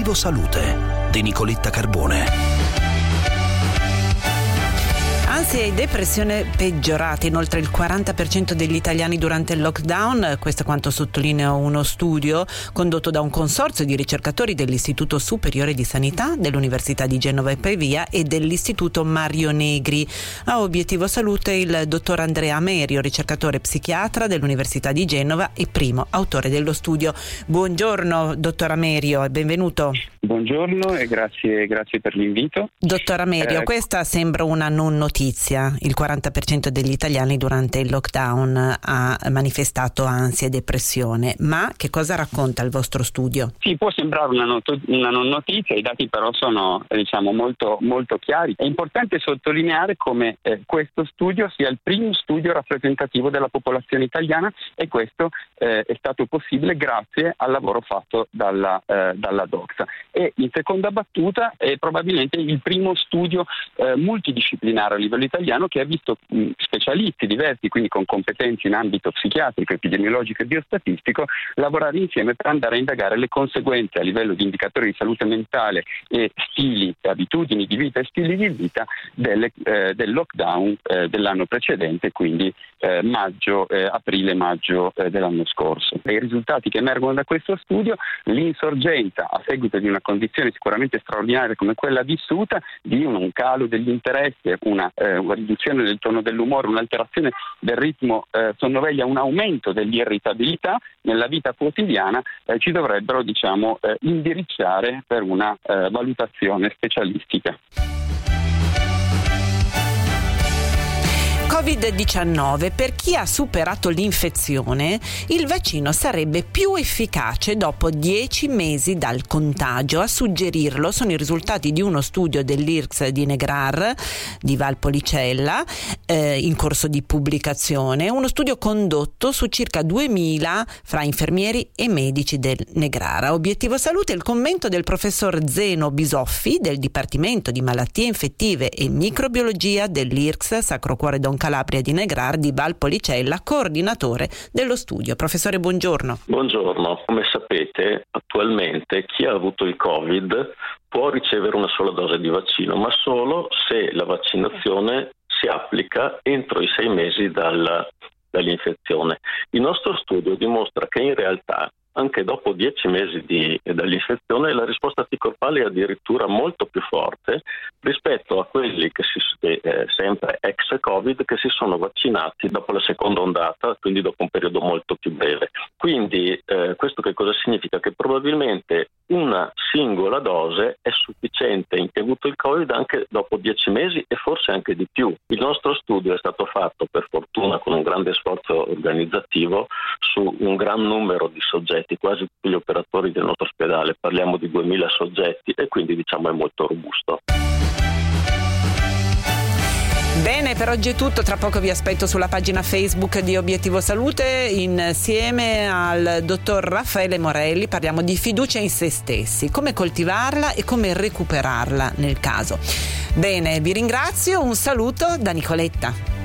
Obiettivo Salute di Nicoletta Carbone. Ansia e depressione peggiorate in oltre il 40% degli italiani durante il lockdown. Questo è quanto sottolinea uno studio condotto da un consorzio di ricercatori dell'Istituto Superiore di Sanità dell'Università di Genova e Pavia e dell'Istituto Mario Negri. A Obiettivo Salute il dottor Andrea Amerio, ricercatore psichiatra dell'Università di Genova e primo autore dello studio. Buongiorno dottor Amerio e benvenuto. Buongiorno e grazie per l'invito. Dottor Amerio, questa sembra una non notizia. Il 40% degli italiani durante il lockdown ha manifestato ansia e depressione. Ma che cosa racconta il vostro studio? Sì, può sembrare una non notizia, i dati però sono molto, molto chiari. È importante sottolineare come questo studio sia il primo studio rappresentativo della popolazione italiana e questo è stato possibile grazie al lavoro fatto dalla Doxa. E in seconda battuta è probabilmente il primo studio multidisciplinare a livello italiano che ha visto specialisti diversi, quindi con competenze in ambito psichiatrico, epidemiologico e biostatistico, lavorare insieme per andare a indagare le conseguenze a livello di indicatori di salute mentale e stili, abitudini di vita e stili di vita del lockdown dell'anno precedente, quindi aprile-maggio dell'anno scorso. E i risultati che emergono da questo studio, l'insorgenza a seguito di una condizione sicuramente straordinaria come quella vissuta, di un calo degli interessi, una riduzione del tono dell'umore, un'alterazione del ritmo sonnoveglia, un aumento dell'irritabilità nella vita quotidiana, ci dovrebbero indirizzare per una valutazione specialistica. Covid-19. Per chi ha superato l'infezione, il vaccino sarebbe più efficace dopo 10 mesi dal contagio. A suggerirlo sono i risultati di uno studio dell'IRCS di Negrar, di Valpolicella, in corso di pubblicazione. Uno studio condotto su circa 2000 fra infermieri e medici del Negrar. A Obiettivo Salute il commento del professor Zeno Bisoffi del Dipartimento di Malattie Infettive e Microbiologia dell'IRCS Sacro Cuore Don Calabria di Negrar di Valpolicella, coordinatore dello studio. Professore, buongiorno. Buongiorno. Come sapete, attualmente chi ha avuto il Covid può ricevere una sola dose di vaccino, ma solo se la vaccinazione si applica entro i 6 mesi dall'infezione. Il nostro studio dimostra che in realtà anche dopo 10 mesi dall'infezione la risposta anticorpale è addirittura molto più forte rispetto a quelli che sempre ex-Covid che si sono vaccinati dopo la seconda ondata, quindi dopo un periodo molto più breve. Quindi questo che cosa significa? Che probabilmente una singola dose è sufficiente in chi ha avuto il Covid anche dopo 10 mesi e forse anche di più. Il nostro studio è stato fatto per fortuna con un grande sforzo organizzativo su un gran numero di soggetti, quasi tutti gli operatori del nostro ospedale, parliamo di 2000 soggetti e quindi è molto robusto. Bene, per oggi è tutto. Tra poco vi aspetto sulla pagina Facebook di Obiettivo Salute insieme al dottor Raffaele Morelli. Parliamo di fiducia in se stessi, come coltivarla e come recuperarla nel caso. Bene, vi ringrazio, un saluto da Nicoletta.